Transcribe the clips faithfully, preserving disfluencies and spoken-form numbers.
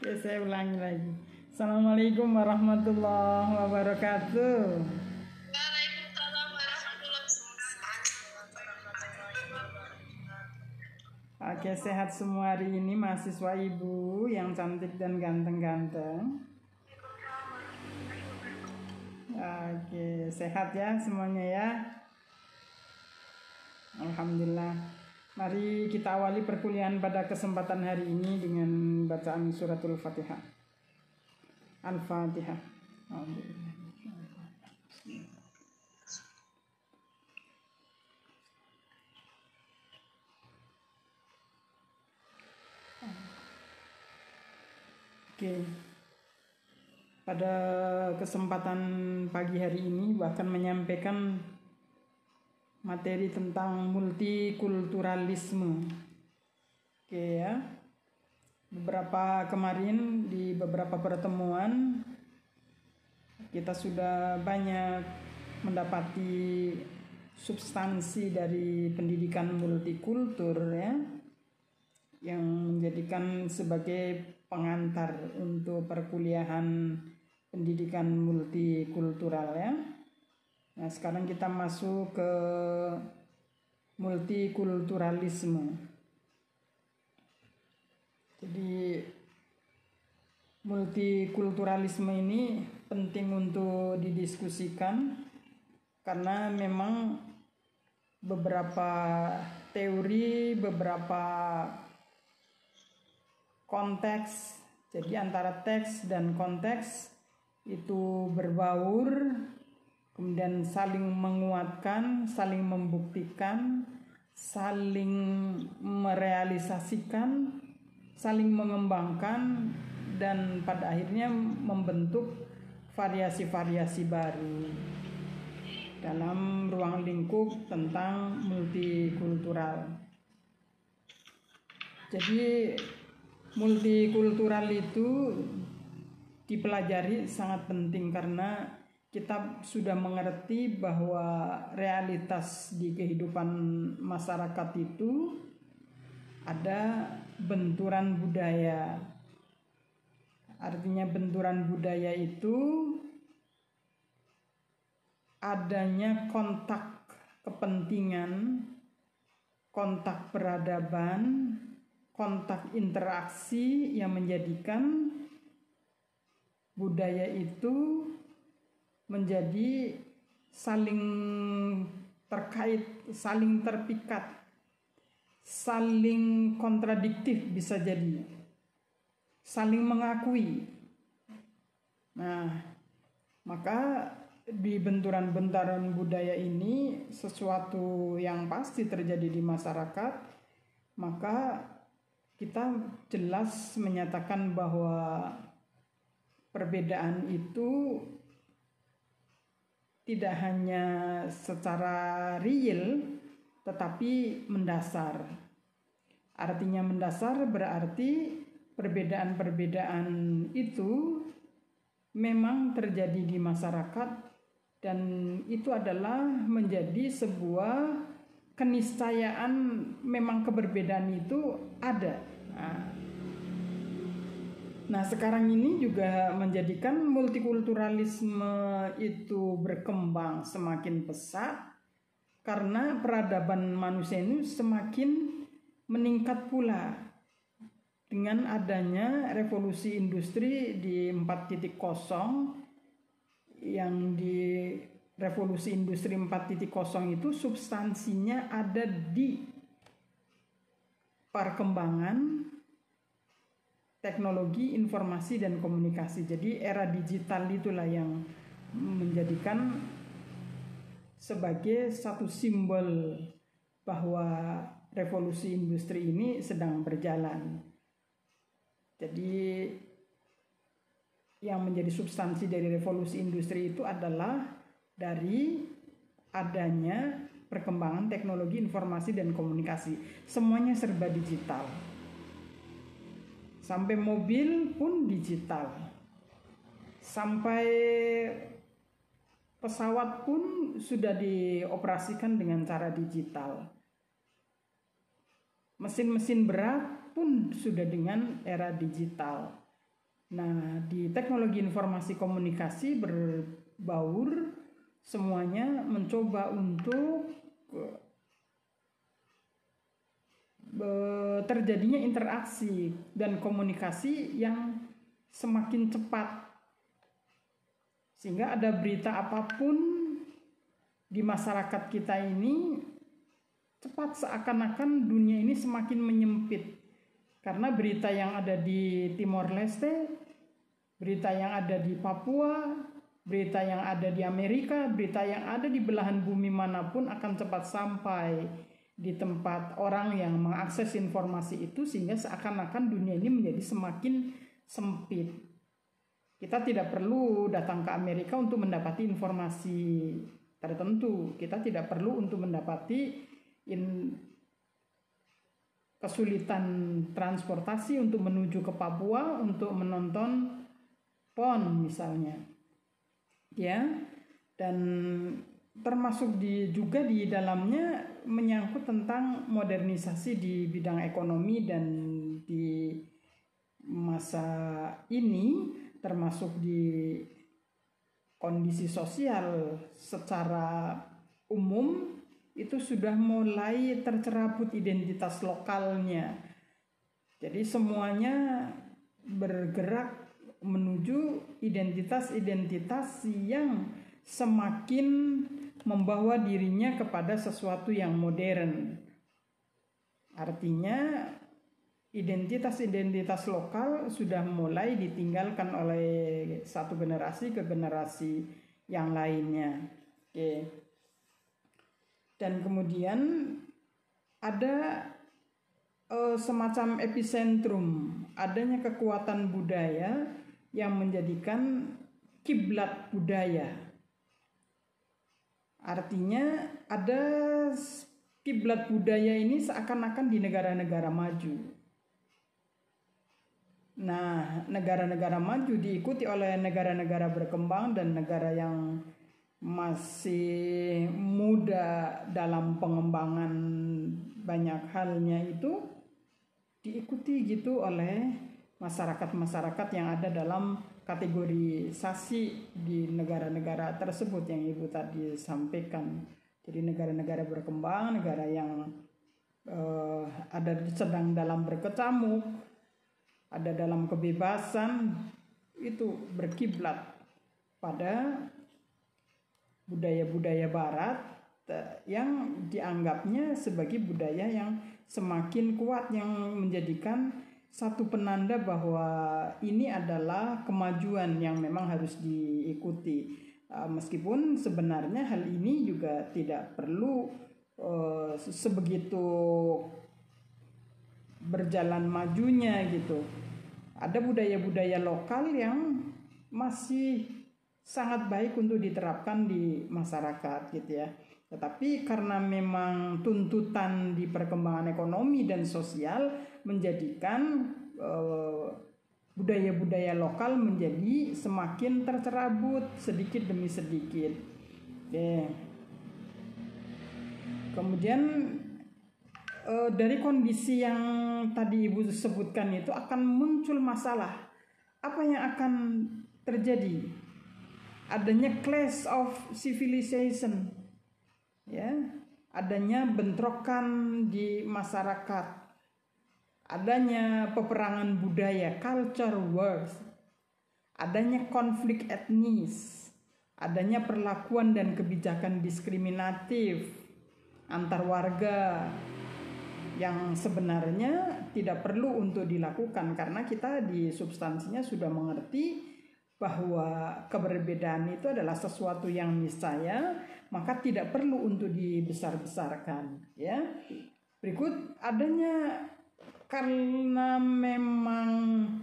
Oke, saya ulangi lagi. Assalamualaikum warahmatullahi wabarakatuh. Waalaikumsalam warahmatullahi wabarakatuh. Oke, sehat semua hari ini mahasiswa ibu yang cantik dan ganteng-ganteng. Oke, sehat ya semuanya ya. Alhamdulillah. Mari kita awali perkuliahan pada kesempatan hari ini dengan bacaan suratul Fatihah. Al-Fatihah. Alhamdulillah. Oke. Pada kesempatan pagi hari ini bahkan menyampaikan materi tentang multikulturalisme. Oke ya. Beberapa kemarin di beberapa pertemuan kita sudah banyak mendapati substansi dari pendidikan multikultur ya, yang menjadikan sebagai pengantar untuk perkuliahan pendidikan multikultural ya. Nah, sekarang kita masuk ke multikulturalisme. Jadi multikulturalisme ini penting untuk didiskusikan karena memang beberapa teori, beberapa konteks, jadi antara teks dan konteks itu berbaur, kemudian saling menguatkan, saling membuktikan, saling merealisasikan, saling mengembangkan, dan pada akhirnya membentuk variasi-variasi baru dalam ruang lingkup tentang multikultural. Jadi multikultural itu dipelajari sangat penting karena kita sudah mengerti bahwa realitas di kehidupan masyarakat itu ada benturan budaya. Artinya benturan budaya itu adanya kontak kepentingan, kontak peradaban, kontak interaksi yang menjadikan budaya itu menjadi saling terkait, saling terpikat, saling kontradiktif bisa jadi, saling mengakui. Nah, maka di benturan-benturan budaya ini sesuatu yang pasti terjadi di masyarakat, maka kita jelas menyatakan bahwa perbedaan itu tidak hanya secara real tetapi mendasar. Artinya mendasar berarti perbedaan-perbedaan itu memang terjadi di masyarakat dan itu adalah menjadi sebuah keniscayaan, memang keberbedaan itu ada. Nah, Nah sekarang ini juga menjadikan multikulturalisme itu berkembang semakin pesat karena peradaban manusia ini semakin meningkat pula dengan adanya revolusi industri di empat titik nol, yang di revolusi industri empat titik nol itu substansinya ada di perkembangan teknologi informasi dan komunikasi. Jadi era digital itulah yang menjadikan sebagai satu simbol bahwa revolusi industri ini sedang berjalan. Jadi yang menjadi substansi dari revolusi industri itu adalah dari adanya perkembangan teknologi informasi dan komunikasi. Semuanya serba digital. Sampai mobil pun digital. Sampai pesawat pun sudah dioperasikan dengan cara digital. Mesin-mesin berat pun sudah dengan era digital. Nah, di teknologi informasi komunikasi berbaur, semuanya mencoba untuk terjadinya interaksi dan komunikasi yang semakin cepat, sehingga ada berita apapun di masyarakat kita ini cepat, seakan-akan dunia ini semakin menyempit karena berita yang ada di Timor Leste, berita yang ada di Papua, berita yang ada di Amerika, berita yang ada di belahan bumi manapun akan cepat sampai di tempat orang yang mengakses informasi itu, sehingga seakan-akan dunia ini menjadi semakin sempit. Kita tidak perlu datang ke Amerika untuk mendapati informasi tertentu. Kita tidak perlu untuk mendapati in, kesulitan transportasi untuk menuju ke Papua untuk menonton P O N misalnya. Ya. Dan termasuk di juga di dalamnya menyangkut tentang modernisasi di bidang ekonomi, dan di masa ini termasuk di kondisi sosial secara umum itu sudah mulai tercerabut identitas lokalnya. Jadi semuanya bergerak menuju identitas-identitas yang semakin membawa dirinya kepada sesuatu yang modern. Artinya identitas-identitas lokal sudah mulai ditinggalkan oleh satu generasi ke generasi yang lainnya. Oke. Dan kemudian ada eh, semacam epicentrum, adanya kekuatan budaya yang menjadikan kiblat budaya. Artinya ada kiblat budaya ini seakan-akan di negara-negara maju. Nah, negara-negara maju diikuti oleh negara-negara berkembang dan negara yang masih muda dalam pengembangan banyak halnya itu diikuti gitu oleh masyarakat-masyarakat yang ada dalam kategorisasi di negara-negara tersebut yang Ibu tadi sampaikan. Jadi negara-negara berkembang, negara yang eh, ada sedang dalam berkecamuk, ada dalam kebebasan, itu berkiblat pada budaya-budaya barat yang dianggapnya sebagai budaya yang semakin kuat, yang menjadikan satu penanda bahwa ini adalah kemajuan yang memang harus diikuti. Uh, meskipun sebenarnya hal ini juga tidak perlu uh, sebegitu berjalan majunya gitu. Ada budaya-budaya lokal yang masih sangat baik untuk diterapkan di masyarakat gitu ya. Tetapi karena memang tuntutan di perkembangan ekonomi dan sosial menjadikan eh, budaya-budaya lokal menjadi semakin tercerabut sedikit demi sedikit. Oke. Kemudian eh, dari kondisi yang tadi Ibu sebutkan itu akan muncul masalah. Apa yang akan terjadi? Adanya clash of civilization. Ya, adanya bentrokan di masyarakat, adanya peperangan budaya, culture wars, adanya konflik etnis, adanya perlakuan dan kebijakan diskriminatif antar warga yang sebenarnya tidak perlu untuk dilakukan karena kita di substansinya sudah mengerti bahwa keberbedaan itu adalah sesuatu yang niscaya, maka tidak perlu untuk dibesar-besarkan, ya. Berikut adanya karena memang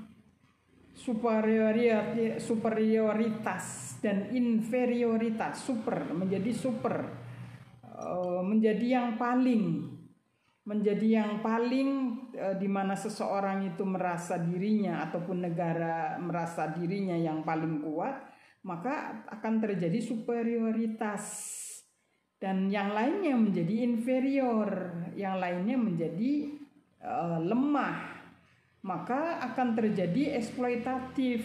superioritas, superioritas dan inferioritas, super menjadi super, menjadi yang paling, menjadi yang paling di mana seseorang itu merasa dirinya ataupun negara merasa dirinya yang paling kuat, maka akan terjadi superioritas dan yang lainnya menjadi inferior, yang lainnya menjadi uh, lemah. maka akan terjadi eksploitatif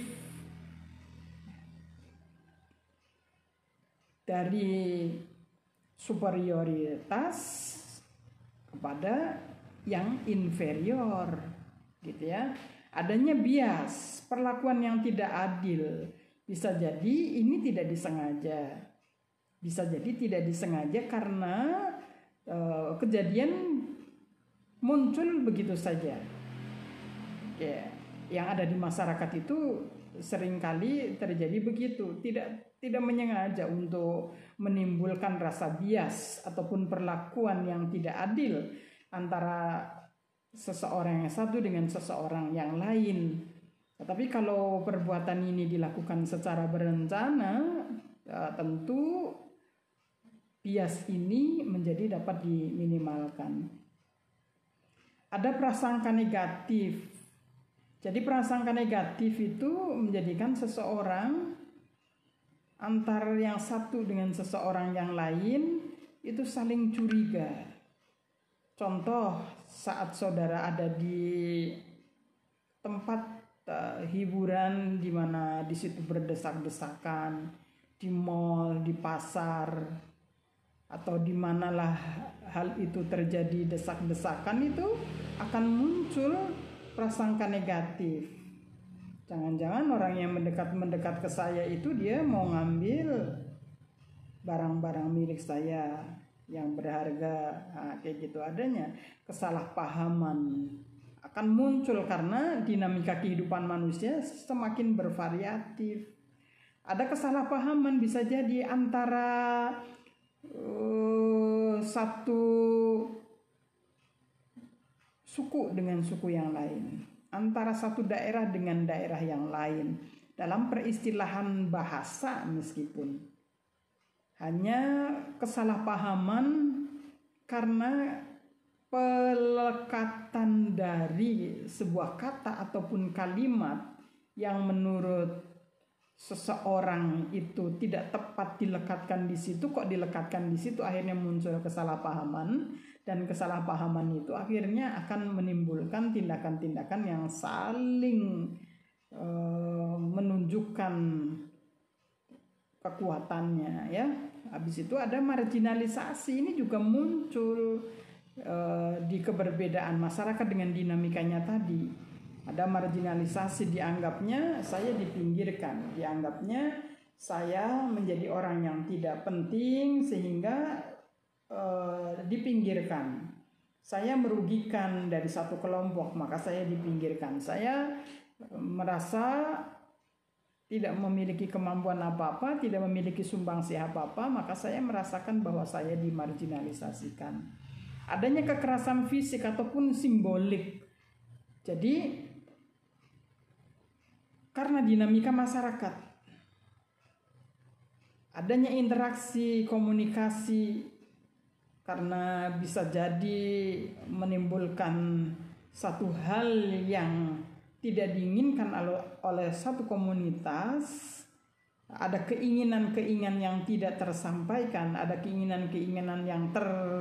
dari superioritas kepada yang inferior, gitu ya. Adanya bias, perlakuan yang tidak adil. Bisa jadi ini tidak disengaja. Bisa jadi tidak disengaja karena e, kejadian muncul begitu saja. Ya, yang ada di masyarakat itu seringkali terjadi begitu, tidak tidak menyengaja untuk menimbulkan rasa bias ataupun perlakuan yang tidak adil antara seseorang yang satu dengan seseorang yang lain. Tetapi kalau perbuatan ini dilakukan secara berencana, ya tentu bias ini menjadi dapat diminimalkan. Ada prasangka negatif. Jadi prasangka negatif itu menjadikan seseorang antara yang satu dengan seseorang yang lain itu saling curiga. Contoh, saat saudara ada di tempat uh, hiburan di mana di situ berdesak-desakan, di mall, di pasar, atau di manalah hal itu terjadi desak-desakan, itu akan muncul prasangka negatif. Jangan-jangan orang yang mendekat-mendekat ke saya itu dia mau ngambil barang-barang milik saya yang berharga. Nah, kayak gitu adanya kesalahpahaman akan muncul karena dinamika kehidupan manusia semakin bervariatif. Ada kesalahpahaman bisa jadi antara uh, satu suku dengan suku yang lain, antara satu daerah dengan daerah yang lain, dalam peristilahan bahasa, meskipun hanya kesalahpahaman karena pelekatan dari sebuah kata ataupun kalimat yang menurut seseorang itu tidak tepat dilekatkan di situ, kok dilekatkan di situ, akhirnya muncul kesalahpahaman. Dan kesalahpahaman itu akhirnya akan menimbulkan tindakan-tindakan yang saling e, menunjukkan kekuatannya, ya. Habis itu ada marginalisasi, ini juga muncul e, di keberbedaan masyarakat dengan dinamikanya tadi. Ada marginalisasi, dianggapnya saya dipinggirkan, dianggapnya saya menjadi orang yang tidak penting sehingga Uh, dipinggirkan. Saya merugikan dari satu kelompok, maka saya dipinggirkan. Saya uh, merasa tidak memiliki kemampuan apa-apa, tidak memiliki sumbangsi apa-apa, maka saya merasakan bahwa saya dimarginalisasikan. Adanya kekerasan fisik ataupun simbolik. Jadi karena dinamika masyarakat, adanya interaksi, komunikasi, karena bisa jadi menimbulkan satu hal yang tidak diinginkan oleh satu komunitas, ada keinginan-keinginan yang tidak tersampaikan, ada keinginan-keinginan yang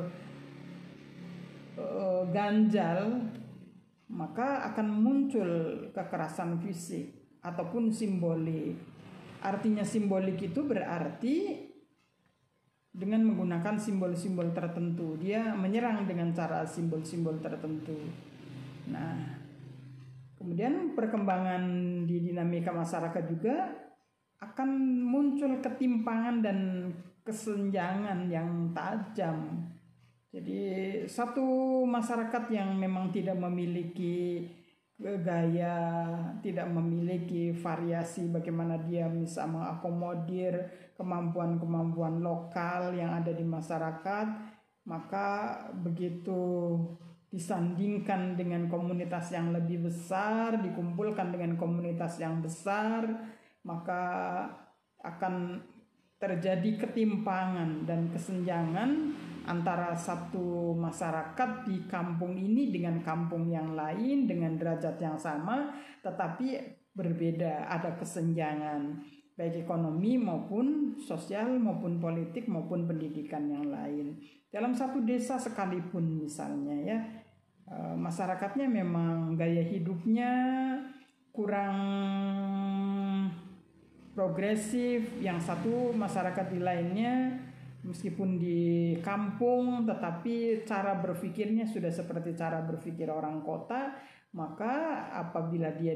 terganjal, maka akan muncul kekerasan fisik ataupun simbolik. Artinya simbolik itu berarti dengan menggunakan simbol-simbol tertentu, dia menyerang dengan cara simbol-simbol tertentu. Nah, kemudian perkembangan di dinamika masyarakat juga akan muncul ketimpangan dan kesenjangan yang tajam. Jadi satu masyarakat yang memang tidak memiliki gaya, tidak memiliki variasi bagaimana dia bisa mengakomodir kemampuan-kemampuan lokal yang ada di masyarakat, maka begitu disandingkan dengan komunitas yang lebih besar, dikumpulkan dengan komunitas yang besar, maka akan terjadi ketimpangan dan kesenjangan antara satu masyarakat di kampung ini dengan kampung yang lain dengan derajat yang sama tetapi berbeda, ada kesenjangan baik ekonomi maupun sosial maupun politik maupun pendidikan yang lain. Dalam satu desa sekalipun misalnya, ya, uh, masyarakatnya memang gaya hidupnya kurang progresif. Yang satu masyarakat di lainnya meskipun di kampung tetapi cara berpikirnya sudah seperti cara berpikir orang kota, maka apabila dia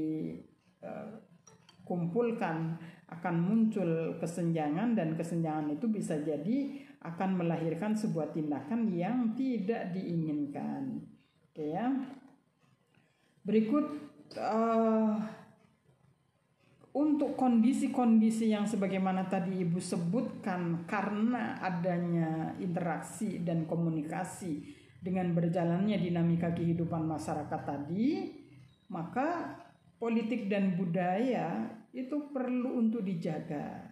dikumpulkan akan muncul kesenjangan, dan kesenjangan itu bisa jadi akan melahirkan sebuah tindakan yang tidak diinginkan. Oke ya. Berikut uh, untuk kondisi-kondisi yang sebagaimana tadi Ibu sebutkan, karena adanya interaksi dan komunikasi dengan berjalannya dinamika kehidupan masyarakat tadi, maka politik dan budaya itu perlu untuk dijaga.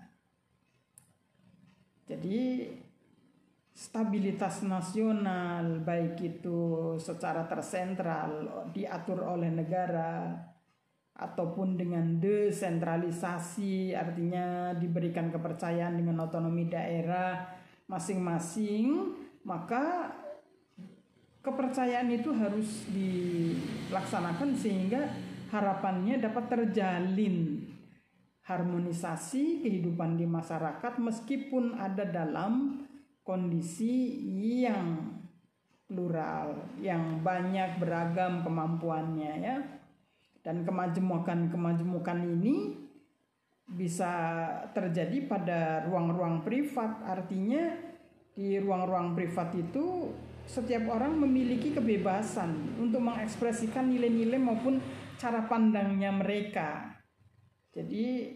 Jadi stabilitas nasional, baik itu secara tersentral diatur oleh negara ataupun dengan desentralisasi, artinya diberikan kepercayaan dengan otonomi daerah masing-masing, maka kepercayaan itu harus dilaksanakan sehingga harapannya dapat terjalin harmonisasi kehidupan di masyarakat meskipun ada dalam kondisi yang plural, yang banyak beragam kemampuannya ya. Dan kemajemukan-kemajemukan ini bisa terjadi pada ruang-ruang privat. Artinya di ruang-ruang privat itu setiap orang memiliki kebebasan untuk mengekspresikan nilai-nilai maupun cara pandangnya mereka. Jadi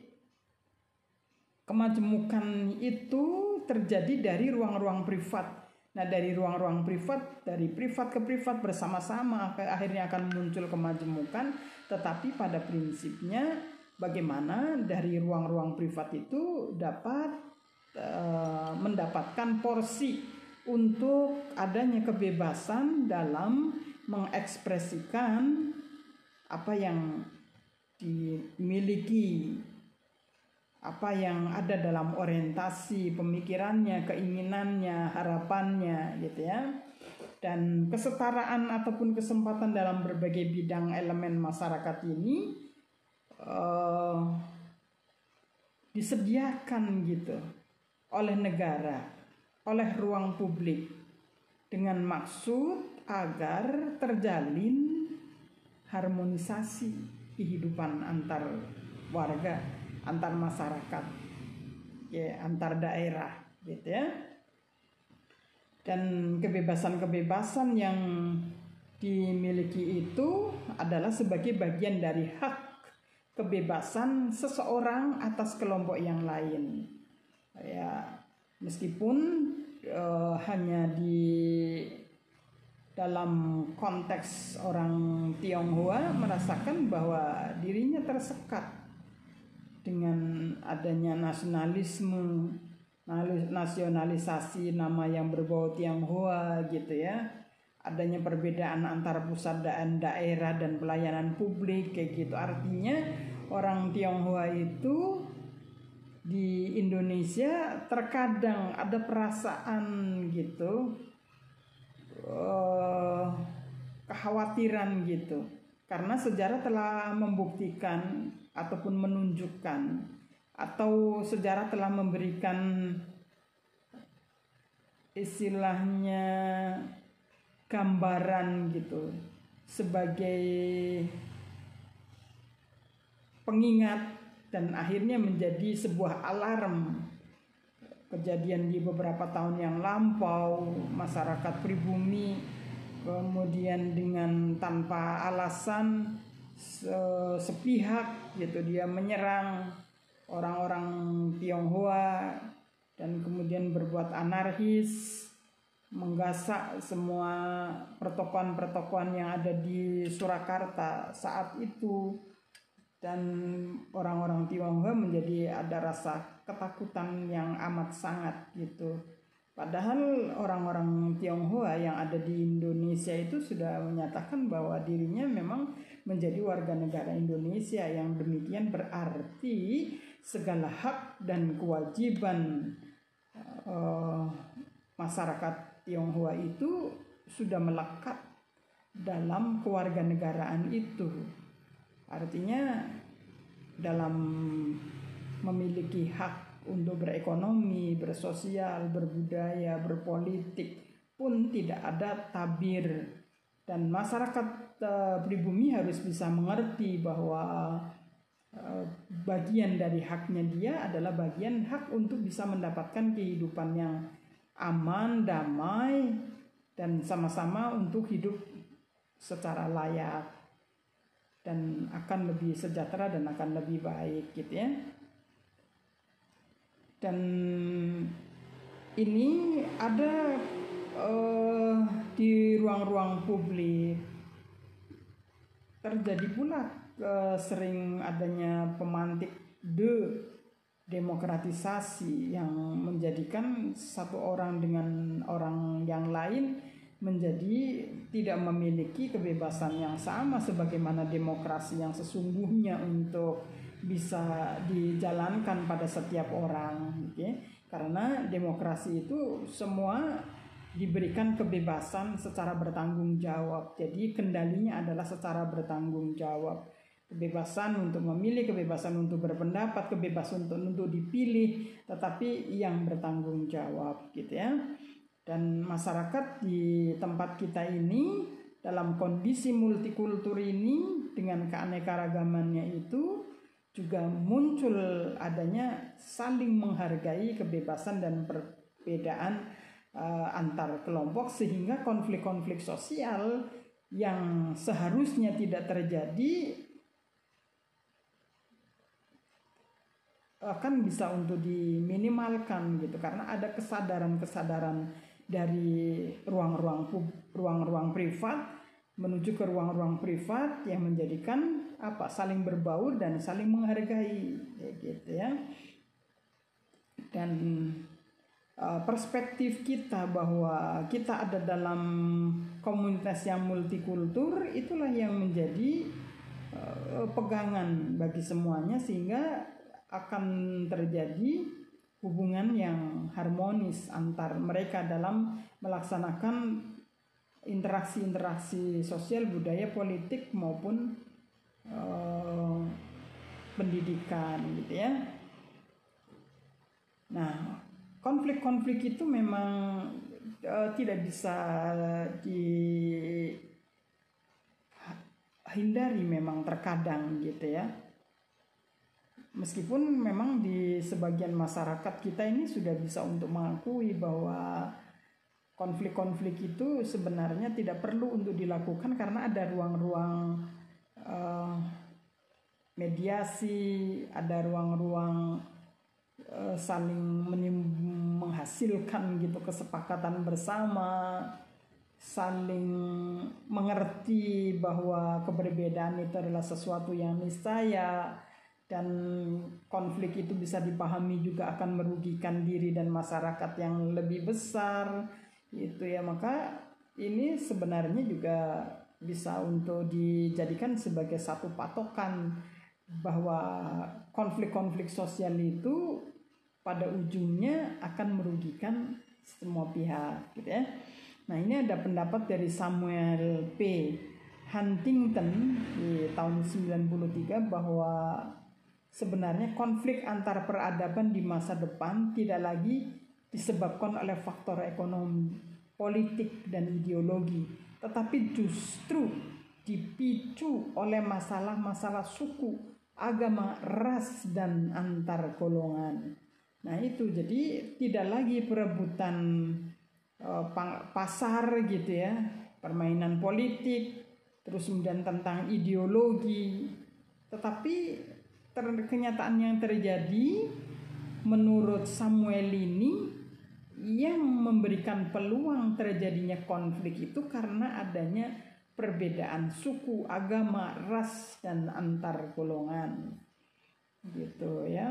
kemajemukan itu terjadi dari ruang-ruang privat. Nah, dari ruang-ruang privat, dari privat ke privat bersama-sama akhirnya akan muncul kemajemukan, tetapi pada prinsipnya bagaimana dari ruang-ruang privat itu dapat e, mendapatkan porsi untuk adanya kebebasan dalam mengekspresikan apa yang dimiliki, apa yang ada dalam orientasi pemikirannya, keinginannya, harapannya gitu ya. Dan kesetaraan ataupun kesempatan dalam berbagai bidang elemen masyarakat ini uh, disediakan gitu oleh negara, oleh ruang publik dengan maksud agar terjalin harmonisasi kehidupan antar warga, antar masyarakat, ya, antar daerah, gitu ya. Dan kebebasan-kebebasan yang dimiliki itu adalah sebagai bagian dari hak kebebasan seseorang atas kelompok yang lain. Ya, meskipun uh, hanya di dalam konteks orang Tionghoa merasakan bahwa dirinya tersekat dengan adanya nasionalisme, nasionalisasi nama yang berbau Tionghoa gitu ya. Adanya perbedaan antara pusat dan daerah dan pelayanan publik kayak gitu. Artinya orang Tionghoa itu di Indonesia terkadang ada perasaan gitu, uh, kekhawatiran gitu. Karena sejarah telah membuktikan ataupun menunjukkan, atau sejarah telah memberikan istilahnya gambaran gitu sebagai pengingat dan akhirnya menjadi sebuah alarm. Kejadian di beberapa tahun yang lampau, masyarakat pribumi kemudian dengan tanpa alasan sepihak gitu dia menyerang orang-orang Tionghoa dan kemudian berbuat anarkis, menggasak semua pertokoan-pertokoan yang ada di Surakarta saat itu. Dan orang-orang Tionghoa menjadi ada rasa ketakutan yang amat sangat gitu. Padahal orang-orang Tionghoa yang ada di Indonesia itu sudah menyatakan bahwa dirinya memang menjadi warga negara Indonesia, yang demikian berarti segala hak dan kewajiban uh, masyarakat Tionghoa itu sudah melekat dalam kewarganegaraan itu. Artinya dalam memiliki hak untuk berekonomi, bersosial, berbudaya, berpolitik pun tidak ada tabir, dan masyarakat uh, pribumi harus bisa mengerti bahwa uh, bagian dari haknya dia adalah bagian hak untuk bisa mendapatkan kehidupan yang aman, damai, dan sama-sama untuk hidup secara layak dan akan lebih sejahtera dan akan lebih baik gitu ya. Dan ini ada uh, di ruang-ruang publik terjadi pula uh, sering adanya pemantik de demokratisasi yang menjadikan satu orang dengan orang yang lain menjadi tidak memiliki kebebasan yang sama sebagaimana demokrasi yang sesungguhnya untuk bisa dijalankan pada setiap orang, okay? Karena demokrasi itu semua diberikan kebebasan secara bertanggung jawab, jadi kendalinya adalah secara bertanggung jawab. Kebebasan untuk memilih, kebebasan untuk berpendapat, kebebasan untuk, untuk dipilih, tetapi yang bertanggung jawab gitu ya. Dan masyarakat di tempat kita ini dalam kondisi multikultur ini dengan keanekaragamannya itu juga muncul adanya saling menghargai kebebasan dan perbedaan uh, antar kelompok, sehingga konflik-konflik sosial yang seharusnya tidak terjadi akan bisa untuk diminimalkan gitu, karena ada kesadaran-kesadaran dari ruang-ruang ruang-ruang privat menuju ke ruang-ruang privat yang menjadikan apa saling berbaur dan saling menghargai gitu ya. Dan uh, perspektif kita bahwa kita ada dalam komunitas yang multikultur itulah yang menjadi uh, pegangan bagi semuanya, sehingga akan terjadi hubungan yang harmonis antar mereka dalam melaksanakan interaksi-interaksi sosial, budaya, politik maupun uh, pendidikan gitu ya. Nah, konflik-konflik itu memang uh, tidak bisa dihindari, memang terkadang gitu ya. Meskipun memang di sebagian masyarakat kita ini sudah bisa untuk mengakui bahwa konflik-konflik itu sebenarnya tidak perlu untuk dilakukan karena ada ruang-ruang uh, mediasi, ada ruang-ruang uh, saling menim- menghasilkan gitu kesepakatan bersama, saling mengerti bahwa keberbedaan itu adalah sesuatu yang niscaya. Dan konflik itu bisa dipahami juga akan merugikan diri dan masyarakat yang lebih besar itu ya. Maka ini sebenarnya juga bisa untuk dijadikan sebagai satu patokan bahwa konflik-konflik sosial itu pada ujungnya akan merugikan semua pihak gitu ya. Nah, ini ada pendapat dari Samuel P. Huntington di tahun sembilan puluh tiga bahwa sebenarnya konflik antar peradaban di masa depan tidak lagi disebabkan oleh faktor ekonomi, politik, dan ideologi, tetapi justru dipicu oleh masalah-masalah suku, agama, ras, dan antar golongan. Nah itu, jadi tidak lagi perebutan uh, pasar gitu ya, permainan politik, terus kemudian tentang ideologi, tetapi ter- kenyataan yang terjadi menurut Samuel ini yang memberikan peluang terjadinya konflik itu karena adanya perbedaan suku, agama, ras, dan antar golongan gitu ya.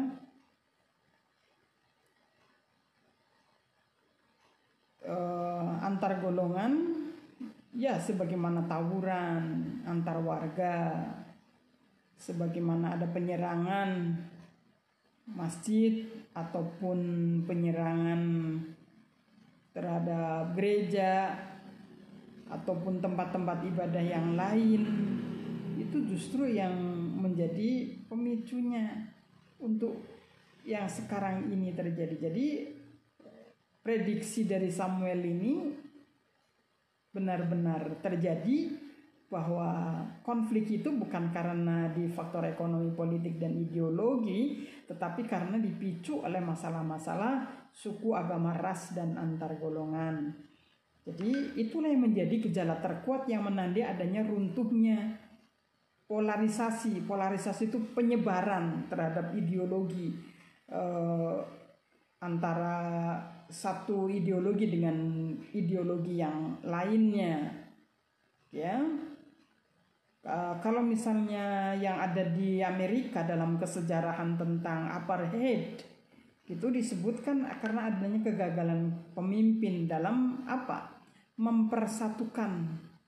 Uh, antar golongan ya sebagaimana tawuran antar warga, sebagaimana ada penyerangan masjid ataupun penyerangan terhadap gereja, ataupun tempat-tempat ibadah yang lain, itu justru yang menjadi pemicunya untuk yang sekarang ini terjadi. Jadi prediksi dari Samuel ini benar-benar terjadi, bahwa konflik itu bukan karena di faktor ekonomi, politik, dan ideologi, tetapi karena dipicu oleh masalah-masalah suku, agama, ras, dan antar golongan. Jadi itulah yang menjadi gejala terkuat yang menandai adanya runtuhnya polarisasi. Polarisasi itu penyebaran terhadap ideologi eh, antara satu ideologi dengan ideologi yang lainnya, ya. Uh, kalau misalnya yang ada di Amerika dalam kesejarahan tentang apartheid itu disebutkan karena adanya kegagalan pemimpin dalam apa? Mempersatukan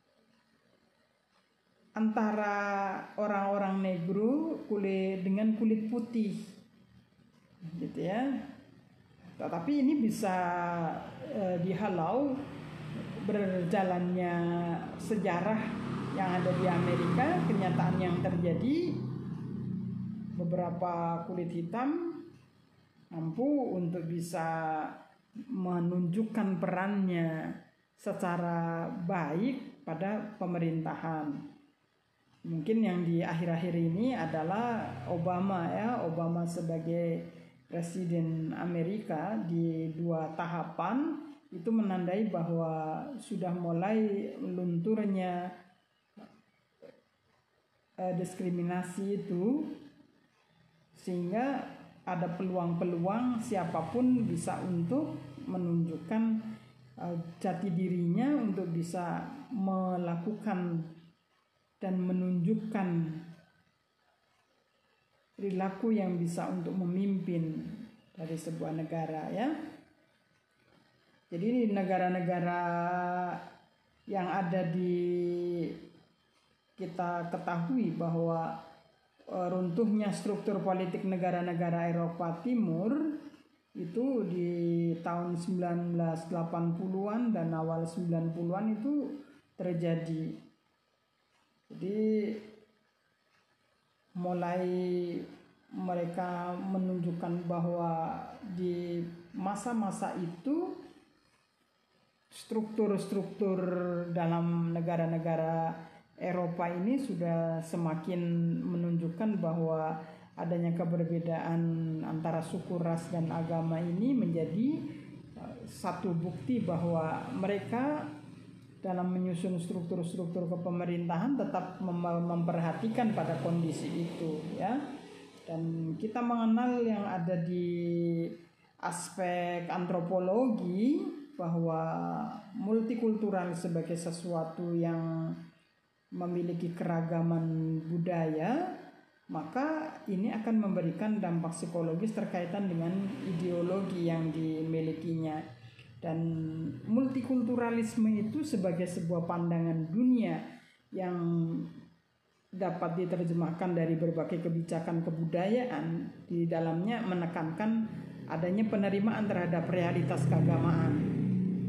antara orang-orang negro kulit dengan kulit putih, gitu ya. Tetapi ini bisa uh, dihalau berjalannya sejarah yang ada di Amerika. Kenyataan yang terjadi, beberapa kulit hitam mampu untuk bisa menunjukkan perannya secara baik pada pemerintahan. Mungkin yang di akhir-akhir ini adalah Obama, ya, Obama sebagai presiden Amerika di dua tahapan itu menandai bahwa sudah mulai lunturnya diskriminasi itu, sehingga ada peluang-peluang siapapun bisa untuk menunjukkan uh, jati dirinya untuk bisa melakukan dan menunjukkan perilaku yang bisa untuk memimpin dari sebuah negara, ya. Jadi di negara-negara yang ada di kita ketahui bahwa e, runtuhnya struktur politik negara-negara Eropa Timur itu di tahun sembilan belas delapan puluhan dan awal sembilan puluhan itu terjadi. Jadi mulai mereka menunjukkan bahwa di masa-masa itu struktur-struktur dalam negara-negara Eropa ini sudah semakin menunjukkan bahwa adanya keberbedaan antara suku, ras, dan agama ini menjadi satu bukti bahwa mereka dalam menyusun struktur-struktur kepemerintahan tetap mem- memperhatikan pada kondisi itu, ya. Dan kita mengenal yang ada di aspek antropologi bahwa multikultural sebagai sesuatu yang memiliki keragaman budaya, maka ini akan memberikan dampak psikologis terkaitan dengan ideologi yang dimilikinya. Dan multikulturalisme itu sebagai sebuah pandangan dunia yang dapat diterjemahkan dari berbagai kebijakan kebudayaan, di dalamnya menekankan adanya penerimaan terhadap realitas keagamaan,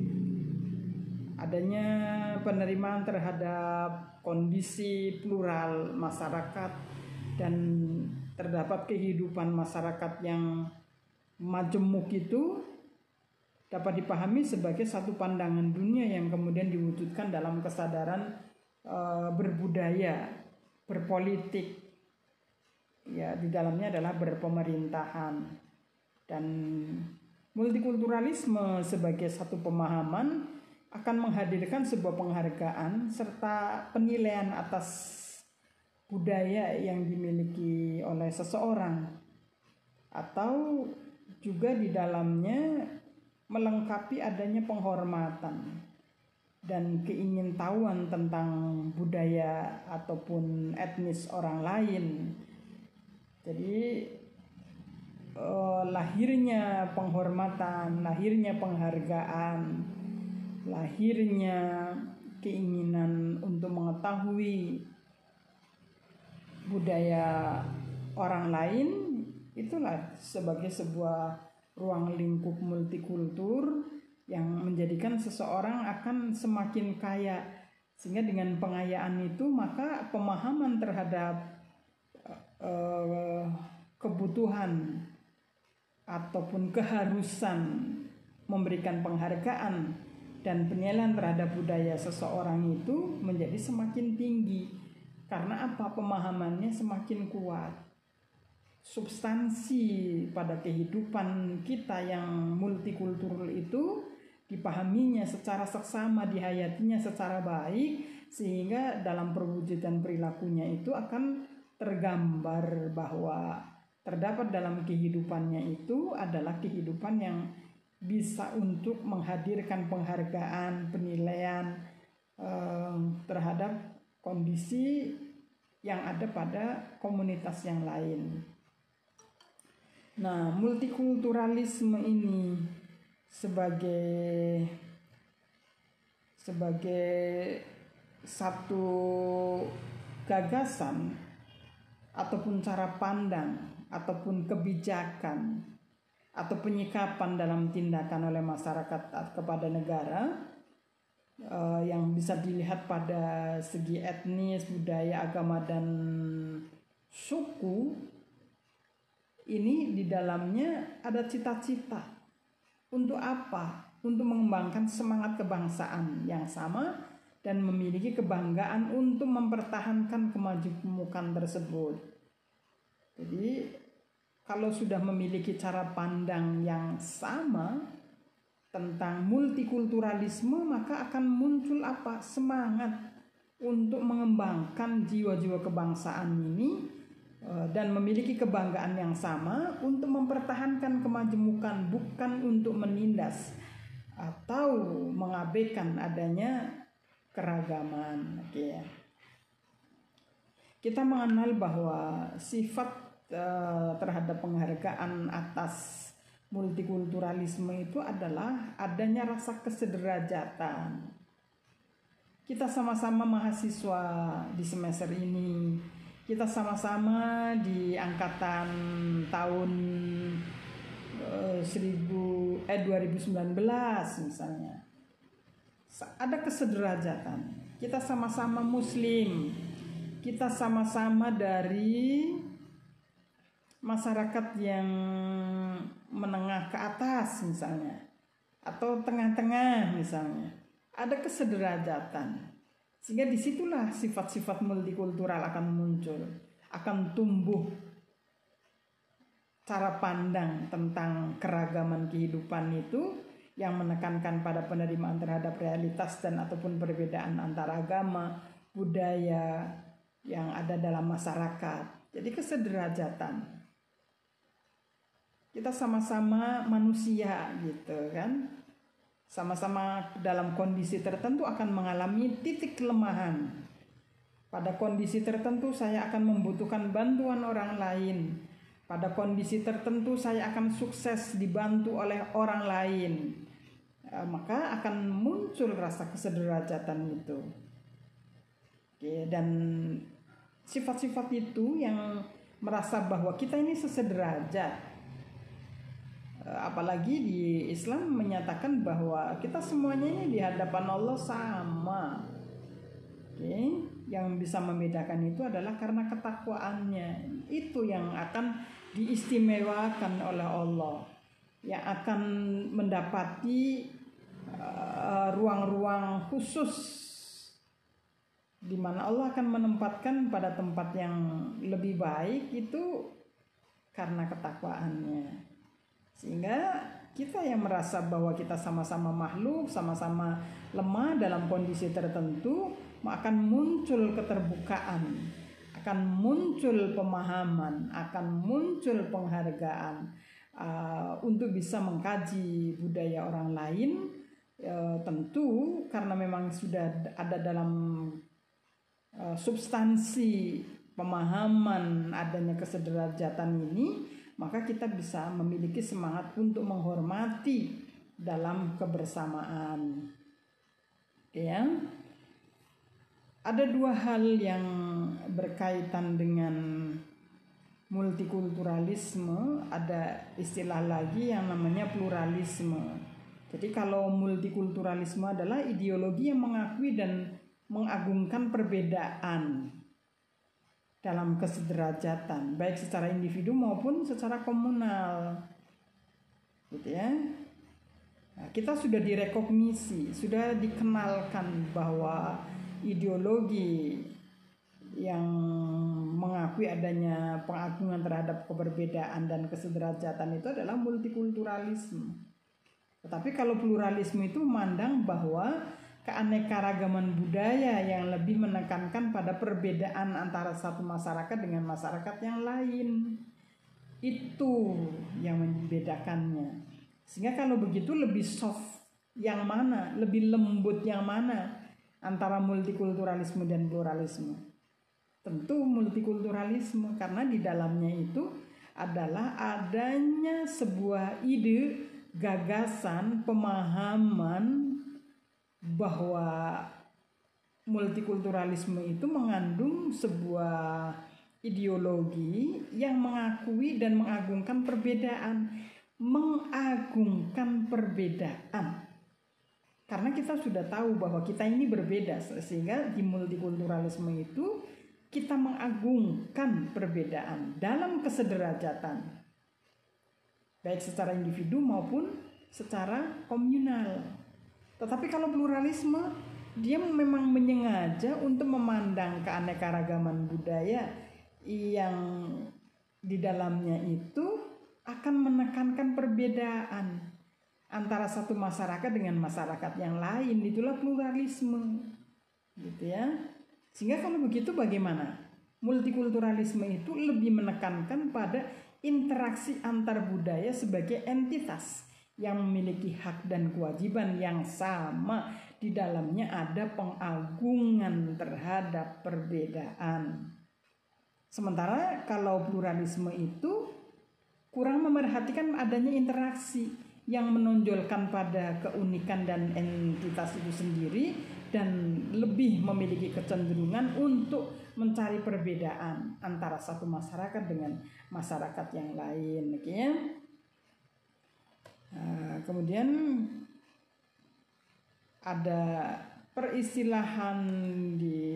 adanya penerimaan terhadap kondisi plural masyarakat, dan terdapat kehidupan masyarakat yang majemuk itu dapat dipahami sebagai satu pandangan dunia yang kemudian diwujudkan dalam kesadaran e, berbudaya, berpolitik, ya, di dalamnya adalah berpemerintahan. Dan multikulturalisme sebagai satu pemahaman akan menghadirkan sebuah penghargaan serta penilaian atas budaya yang dimiliki oleh seseorang, atau juga di dalamnya melengkapi adanya penghormatan dan keingintahuan tentang budaya ataupun etnis orang lain. Jadi eh, lahirnya penghormatan, lahirnya penghargaan, lahirnya keinginan untuk mengetahui budaya orang lain, itulah sebagai sebuah ruang lingkup multikultur yang menjadikan seseorang akan semakin kaya Sehingga dengan pengayaan itu maka pemahaman terhadap uh, kebutuhan ataupun keharusan memberikan penghargaan dan penilaian terhadap budaya seseorang itu menjadi semakin tinggi. Karena apa? Pemahamannya semakin kuat. Substansi pada kehidupan kita yang multikultural itu dipahaminya secara seksama, dihayatinya secara baik, sehingga dalam perwujudan perilakunya itu akan tergambar bahwa terdapat dalam kehidupannya itu adalah kehidupan yang bisa untuk menghadirkan penghargaan, penilaian eh, terhadap kondisi yang ada pada komunitas yang lain. Nah, multikulturalisme ini sebagai sebagai satu gagasan ataupun cara pandang ataupun kebijakan atau penyikapan dalam tindakan oleh masyarakat kepada negara eh, yang bisa dilihat pada segi etnis, budaya, agama, dan suku. Ini di dalamnya ada cita-cita. Untuk apa? Untuk mengembangkan semangat kebangsaan yang sama dan memiliki kebanggaan untuk mempertahankan kemajemukan tersebut. Jadi kalau sudah memiliki cara pandang yang sama tentang multikulturalisme, maka akan muncul apa? Semangat untuk mengembangkan jiwa-jiwa kebangsaan ini dan memiliki kebanggaan yang sama untuk mempertahankan kemajemukan, bukan untuk menindas atau mengabaikan adanya keragaman. Oke. Kita mengenal bahwa sifat uh, terhadap penghargaan atas multikulturalisme itu adalah adanya rasa kesederajatan. Kita sama-sama mahasiswa di semester ini. Kita sama-sama di angkatan tahun eh, seribu eh dua ribu sembilan belas misalnya. Ada kesederajatan. Kita sama-sama muslim. Kita sama-sama dari masyarakat yang menengah ke atas misalnya, atau tengah-tengah misalnya. Ada kesederajatan. Sehingga disitulah sifat-sifat multikultural akan muncul, akan tumbuh cara pandang tentang keragaman kehidupan itu yang menekankan pada penerimaan terhadap realitas dan ataupun perbedaan antara agama, budaya yang ada dalam masyarakat. Jadi kesederajatan. Kita sama-sama manusia gitu kan. Sama-sama dalam kondisi tertentu akan mengalami titik kelemahan. Pada kondisi tertentu saya akan membutuhkan bantuan orang lain. Pada kondisi tertentu saya akan sukses dibantu oleh orang lain. E, maka akan muncul rasa kesederajatan itu. Oke, dan sifat-sifat itu yang merasa bahwa kita ini sesederajat. Apalagi di Islam menyatakan bahwa kita semuanya ini di hadapan Allah sama. Oke, yang bisa membedakan itu adalah karena ketakwaannya. Itu yang akan diistimewakan oleh Allah, yang akan mendapati uh, ruang-ruang khusus di mana Allah akan menempatkan pada tempat yang lebih baik itu karena ketakwaannya. Sehingga kita yang merasa bahwa kita sama-sama makhluk, sama-sama lemah dalam kondisi tertentu, akan muncul keterbukaan, akan muncul pemahaman, akan muncul penghargaan uh, untuk bisa mengkaji budaya orang lain. Uh, tentu karena memang sudah ada dalam uh, substansi pemahaman adanya kesederajatan ini, maka kita bisa memiliki semangat untuk menghormati dalam kebersamaan. Ya. Ada dua hal yang berkaitan dengan multikulturalisme, ada istilah lagi yang namanya pluralisme. Jadi kalau multikulturalisme adalah ideologi yang mengakui dan mengagungkan perbedaan dalam kesederajatan, baik secara individu maupun secara komunal, gitu ya. Nah, kita sudah direkognisi, sudah dikenalkan bahwa ideologi yang mengakui adanya pengagungan terhadap keberbedaan dan kesederajatan itu adalah multikulturalisme. Tetapi kalau pluralisme itu memandang bahwa keanekaragaman budaya yang lebih menekankan pada perbedaan antara satu masyarakat dengan masyarakat yang lain. Itu yang membedakannya. Sehingga kalau begitu lebih soft yang mana, lebih lembut yang mana antara multikulturalisme dan pluralisme? Tentu multikulturalisme, karena di dalamnya itu adalah adanya sebuah ide, gagasan, pemahaman bahwa multikulturalisme itu mengandung sebuah ideologi yang mengakui dan mengagungkan perbedaan, mengagungkan perbedaan. Karena kita sudah tahu bahwa kita ini berbeda, sehingga di multikulturalisme itu kita mengagungkan perbedaan dalam kesederajatan, baik secara individu maupun secara komunal. Tetapi kalau pluralisme, dia memang menyengaja untuk memandang keanekaragaman budaya yang di dalamnya itu akan menekankan perbedaan antara satu masyarakat dengan masyarakat yang lain. Itulah pluralisme, gitu ya. Sehingga kalau begitu bagaimana? Multikulturalisme itu lebih menekankan pada interaksi antar budaya sebagai entitas yang memiliki hak dan kewajiban yang sama. Di dalamnya ada pengagungan terhadap perbedaan. Sementara kalau pluralisme itu kurang memerhatikan adanya interaksi yang menonjolkan pada keunikan dan entitas itu sendiri, dan lebih memiliki kecenderungan untuk mencari perbedaan antara satu masyarakat dengan masyarakat yang lain. Okay? Nah, kemudian ada peristilahan di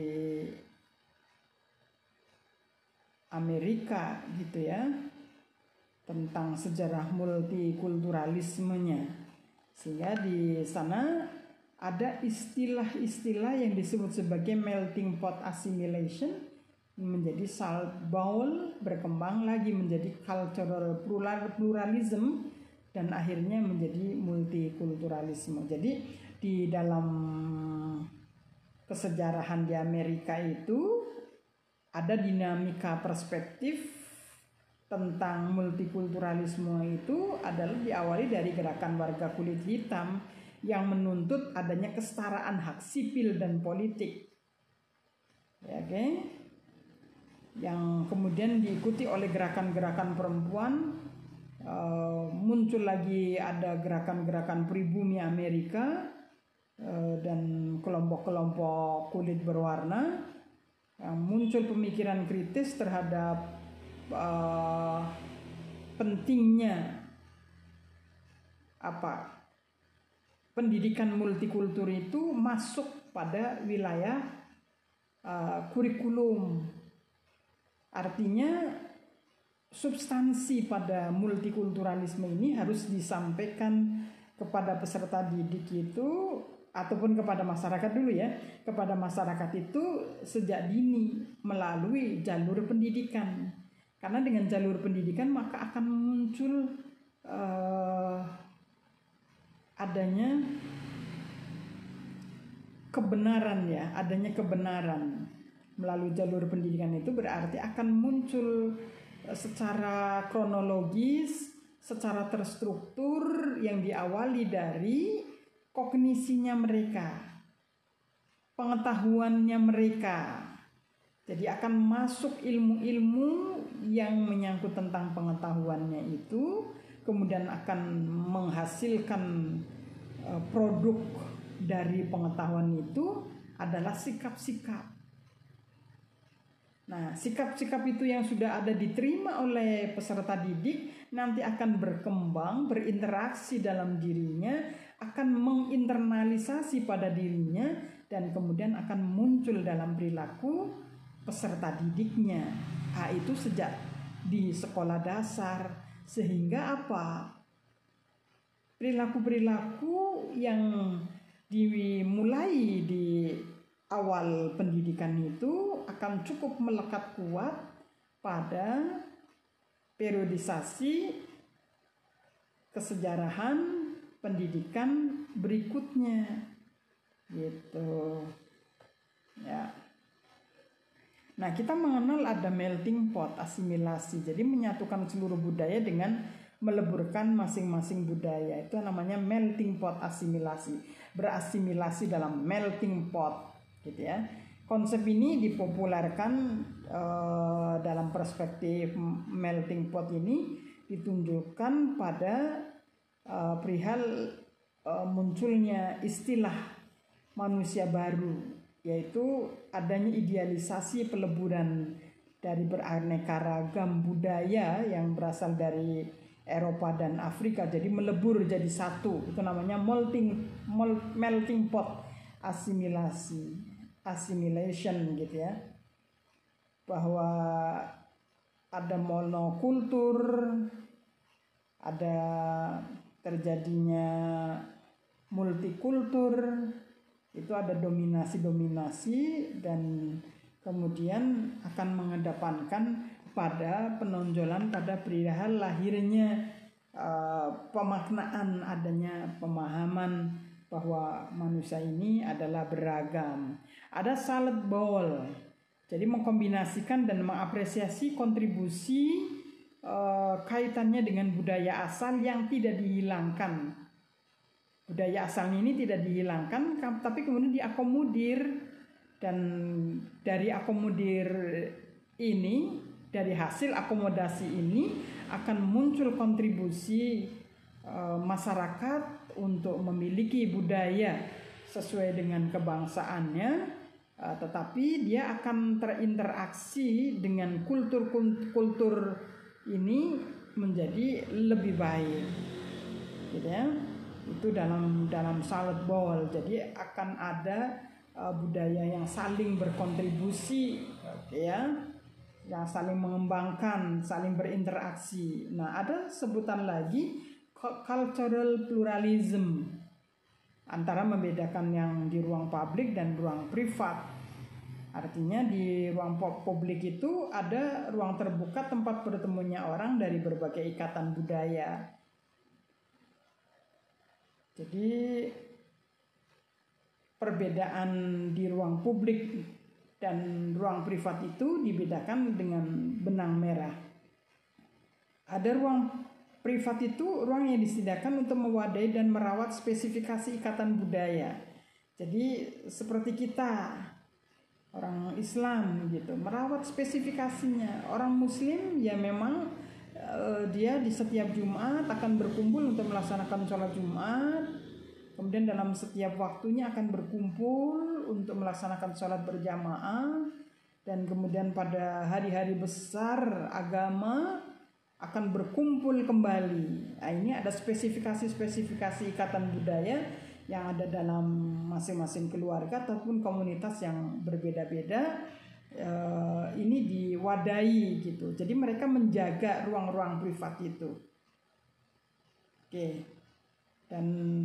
Amerika gitu ya, tentang sejarah multikulturalismenya. Sehingga di sana ada istilah-istilah yang disebut sebagai melting pot assimilation, menjadi salt bowl, berkembang lagi menjadi cultural pluralism, dan akhirnya menjadi multikulturalisme. Jadi di dalam kesejarahan di Amerika itu ada dinamika perspektif tentang multikulturalisme itu adalah diawali dari gerakan warga kulit hitam yang menuntut adanya kesetaraan hak sipil dan politik, ya, oke, okay? Yang kemudian diikuti oleh gerakan-gerakan perempuan. Uh, muncul lagi ada gerakan-gerakan pribumi Amerika uh, dan kelompok-kelompok kulit berwarna. Uh, muncul pemikiran kritis terhadap uh, pentingnya apa? Pendidikan multikultur itu masuk pada wilayah uh, kurikulum. Artinya substansi pada multikulturalisme ini harus disampaikan kepada peserta didik itu, ataupun kepada masyarakat dulu ya, kepada masyarakat itu sejak dini melalui jalur pendidikan. Karena dengan jalur pendidikan maka akan muncul uh, adanya kebenaran ya, adanya kebenaran melalui jalur pendidikan. Itu berarti akan muncul secara kronologis, secara terstruktur yang diawali dari kognisinya mereka, pengetahuannya mereka. Jadi akan masuk ilmu-ilmu yang menyangkut tentang pengetahuannya itu, kemudian akan menghasilkan produk dari pengetahuan itu adalah sikap-sikap. Nah, sikap-sikap itu yang sudah ada diterima oleh peserta didik nanti akan berkembang, berinteraksi dalam dirinya, akan menginternalisasi pada dirinya, dan kemudian akan muncul dalam perilaku peserta didiknya. Nah, itu sejak di sekolah dasar, sehingga apa? Perilaku-perilaku yang dimulai di awal pendidikan itu akan cukup melekat kuat pada periodisasi kesejarahan pendidikan berikutnya, gitu ya. Nah, kita mengenal ada melting pot, asimilasi, jadi menyatukan seluruh budaya dengan meleburkan masing-masing budaya, itu namanya melting pot, asimilasi, berasimilasi dalam melting pot, gitu ya. Konsep ini dipopulerkan eh, dalam perspektif melting pot ini ditunjukkan pada uh, perihal uh, munculnya istilah manusia baru, yaitu adanya idealisasi peleburan dari beraneka ragam budaya yang berasal dari Eropa dan Afrika, jadi melebur jadi satu, itu namanya melting melting pot, asimilasi, assimilation, gitu ya, bahwa ada monokultur, ada terjadinya multikultur, itu ada dominasi-dominasi, dan kemudian akan mengedepankan pada penonjolan pada perihal lahirnya uh, pemaknaan, adanya pemahaman bahwa manusia ini adalah beragam. Ada salad bowl, jadi mengkombinasikan dan mengapresiasi kontribusi uh, kaitannya dengan budaya asal yang tidak dihilangkan. Budaya asalnya ini tidak dihilangkan, tapi kemudian diakomodir, dan dari akomodir ini, dari hasil akomodasi ini akan muncul kontribusi uh, masyarakat untuk memiliki budaya sesuai dengan kebangsaannya. Uh, tetapi dia akan terinteraksi dengan kultur-kultur ini menjadi lebih baik, gitu ya. Itu dalam dalam salad bowl. Jadi akan ada uh, budaya yang saling berkontribusi, ya, yang saling mengembangkan, saling berinteraksi. Nah, ada sebutan lagi cultural pluralism, antara membedakan yang di ruang publik dan ruang privat. Artinya di ruang publik itu ada ruang terbuka tempat bertemunya orang dari berbagai ikatan budaya. Jadi perbedaan di ruang publik dan ruang privat itu dibedakan dengan benang merah. Ada ruang privat itu ruang yang disediakan untuk mewadahi dan merawat spesifikasi ikatan budaya. Jadi seperti kita orang Islam gitu, merawat spesifikasinya. Orang Muslim ya memang uh, dia di setiap Jumat akan berkumpul untuk melaksanakan sholat Jumat. Kemudian dalam setiap waktunya akan berkumpul untuk melaksanakan sholat berjamaah. Dan kemudian pada hari-hari besar agama akan berkumpul kembali. Nah, ini ada spesifikasi-spesifikasi ikatan budaya yang ada dalam masing-masing keluarga ataupun komunitas yang berbeda-beda. Eh, ini diwadahi gitu. Jadi mereka menjaga ruang-ruang privat itu. Oke. Dan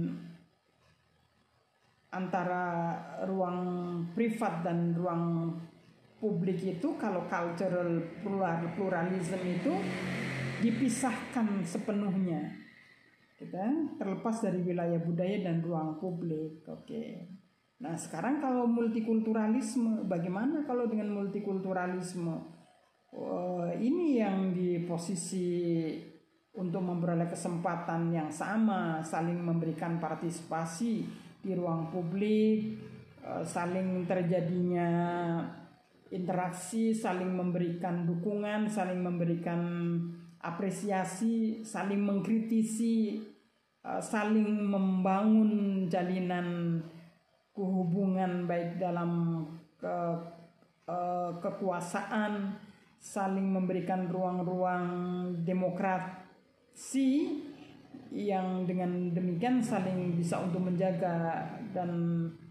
antara ruang privat dan ruang publik itu, kalau cultural pluralism itu dipisahkan sepenuhnya, kita terlepas dari wilayah budaya dan ruang publik. Oke. Nah, sekarang kalau multikulturalisme, bagaimana kalau dengan multikulturalisme? Oh, ini yang di posisi untuk memperoleh kesempatan yang sama, saling memberikan partisipasi di ruang publik, saling terjadinya interaksi, saling memberikan dukungan, saling memberikan apresiasi, saling mengkritisi, saling membangun jalinan hubungan baik dalam ke, uh, kekuasaan, saling memberikan ruang-ruang demokrasi yang dengan demikian saling bisa untuk menjaga dan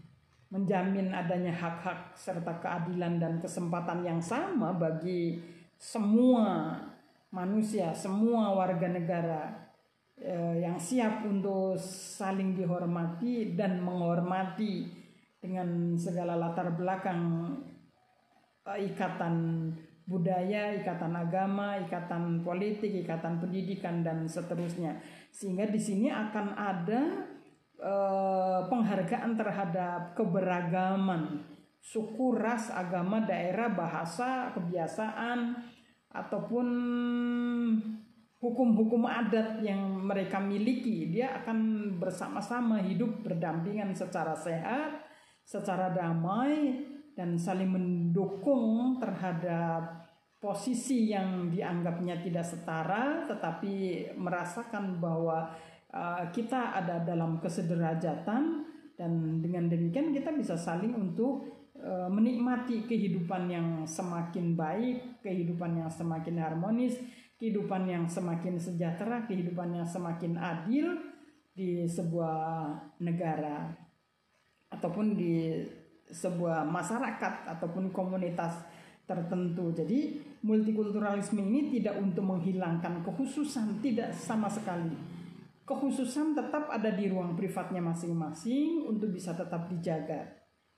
menjamin adanya hak-hak serta keadilan dan kesempatan yang sama bagi semua manusia, semua warga negara eh, yang siap untuk saling dihormati dan menghormati dengan segala latar belakang eh, ikatan budaya, ikatan agama, ikatan politik, ikatan pendidikan dan seterusnya. Sehingga di sini akan ada eh, penghargaan terhadap keberagaman suku, ras, agama, daerah, bahasa, kebiasaan ataupun hukum-hukum adat yang mereka miliki. Dia akan bersama-sama hidup berdampingan secara sehat, secara damai dan saling mendukung terhadap posisi yang dianggapnya tidak setara, tetapi merasakan bahwa uh, kita ada dalam kesederajatan, dan dengan demikian kita bisa saling untuk uh, menikmati kehidupan yang semakin baik, kehidupan yang semakin harmonis, kehidupan yang semakin sejahtera, kehidupan yang semakin adil di sebuah negara ataupun di sebuah masyarakat ataupun komunitas tertentu. Jadi multikulturalisme ini tidak untuk menghilangkan kekhususan, tidak sama sekali. Kekhususan tetap ada di ruang privatnya masing-masing untuk bisa tetap dijaga.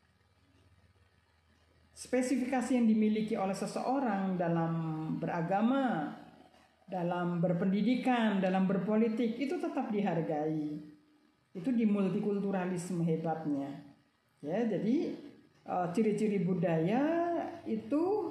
Spesifikasi yang dimiliki oleh seseorang dalam beragama, dalam berpendidikan, dalam berpolitik itu tetap dihargai. Itu di multikulturalisme hebatnya. Ya, jadi uh, ciri-ciri budaya itu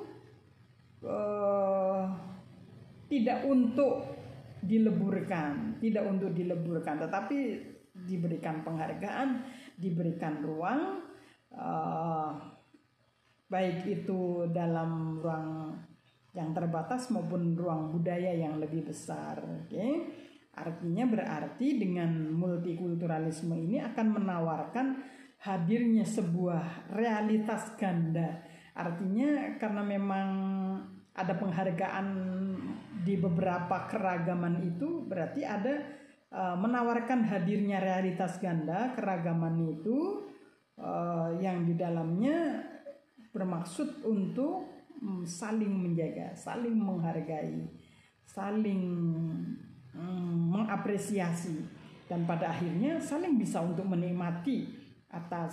uh, tidak untuk dileburkan, tidak untuk dileburkan, tetapi diberikan penghargaan, diberikan ruang, uh, baik itu dalam ruang yang terbatas maupun ruang budaya yang lebih besar. Okay? Artinya berarti dengan multikulturalisme ini akan menawarkan hadirnya sebuah realitas ganda. Artinya karena memang ada penghargaan di beberapa keragaman itu, berarti ada uh, menawarkan hadirnya realitas ganda, keragaman itu uh, yang di dalamnya bermaksud untuk um, saling menjaga, saling menghargai, saling um, mengapresiasi, dan pada akhirnya saling bisa untuk menikmati atas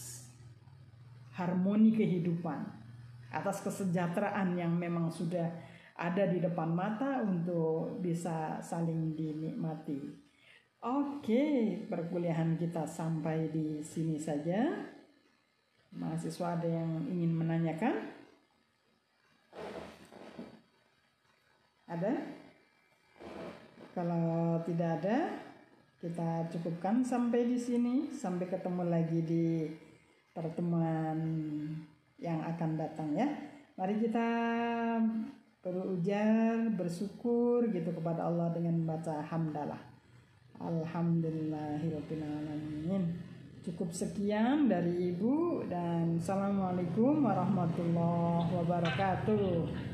harmoni kehidupan, atas kesejahteraan yang memang sudah ada di depan mata untuk bisa saling dinikmati. Oke, perkuliahan kita sampai di sini saja. Mahasiswa ada yang ingin menanyakan? Ada? Kalau tidak ada, kita cukupkan sampai di sini. Sampai ketemu lagi di pertemuan yang akan datang ya. Mari kita berujar, bersyukur gitu kepada Allah dengan membaca hamdalah. Alhamdulillahirabbil alamin. Cukup sekian dari Ibu dan assalamualaikum warahmatullahi wabarakatuh.